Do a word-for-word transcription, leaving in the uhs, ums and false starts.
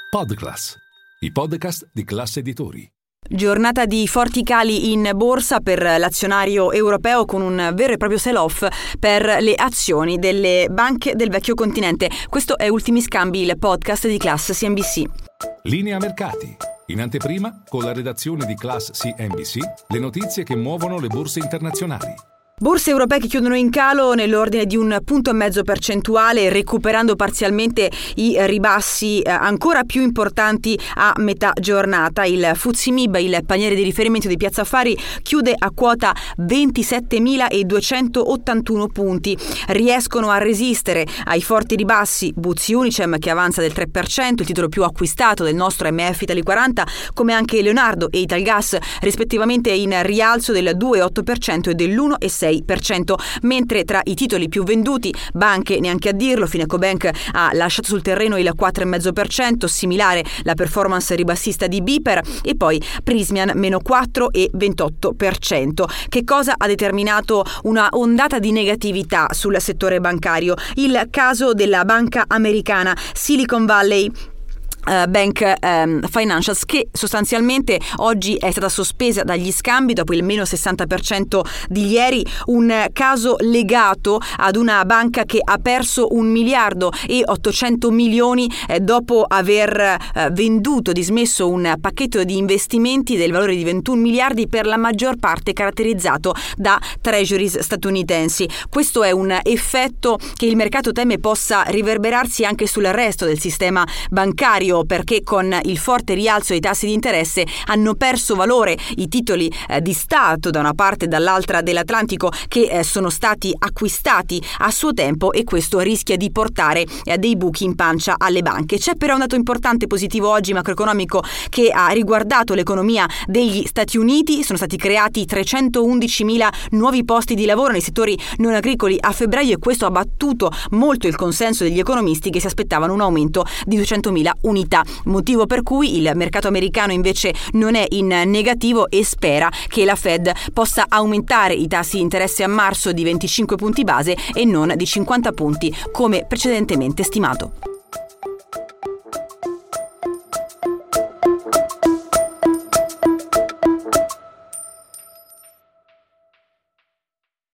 Podclass, i podcast di Class Editori. Giornata di forti cali in borsa per l'azionario europeo, con un vero e proprio sell-off per le azioni delle banche del vecchio continente. Questo è Ultimi Scambi, il podcast di Class C N B C. Linea mercati. In anteprima, con la redazione di Class C N B C, le notizie che muovono le borse internazionali. Borse europee che chiudono in calo nell'ordine di un punto e mezzo percentuale, recuperando parzialmente i ribassi eh, ancora più importanti a metà giornata. Il F T S E M I B, il paniere di riferimento di Piazza Affari, chiude a quota ventisettemiladuecentoottantuno punti. Riescono a resistere ai forti ribassi Buzzi Unicem, che avanza del tre per cento, il titolo più acquistato del nostro M F Italy quaranta, come anche Leonardo e Italgas, rispettivamente in rialzo del due virgola otto per cento e dell'uno virgola sei per cento. Mentre tra i titoli più venduti, banche, neanche a dirlo, FinecoBank ha lasciato sul terreno il quattro virgola cinque per cento, similare la performance ribassista di Biper, e poi Prismian meno quattro virgola ventotto per cento. Che cosa ha determinato una ondata di negatività sul settore bancario? Il caso della banca americana Silicon Valley Uh, Bank um, Financials, che sostanzialmente oggi è stata sospesa dagli scambi dopo il meno sessanta per cento di ieri, un caso legato ad una banca che ha perso un miliardo e ottocento milioni eh, dopo aver eh, venduto, dismesso un pacchetto di investimenti del valore di ventuno miliardi, per la maggior parte caratterizzato da treasuries statunitensi. Questo è un effetto che il mercato teme possa riverberarsi anche sul resto del sistema bancario, perché con il forte rialzo dei tassi di interesse hanno perso valore i titoli eh, di Stato da una parte e dall'altra dell'Atlantico, che eh, sono stati acquistati a suo tempo, e questo rischia di portare eh, dei buchi in pancia alle banche. C'è però un dato importante positivo oggi macroeconomico che ha riguardato l'economia degli Stati Uniti. Sono stati creati trecentoundicimila nuovi posti di lavoro nei settori non agricoli a febbraio, e questo ha battuto molto il consenso degli economisti, che si aspettavano un aumento di duecentomila unità. Motivo per cui il mercato americano invece non è in negativo e spera che la Fed possa aumentare i tassi di interesse a marzo di venticinque punti base e non di cinquanta punti come precedentemente stimato.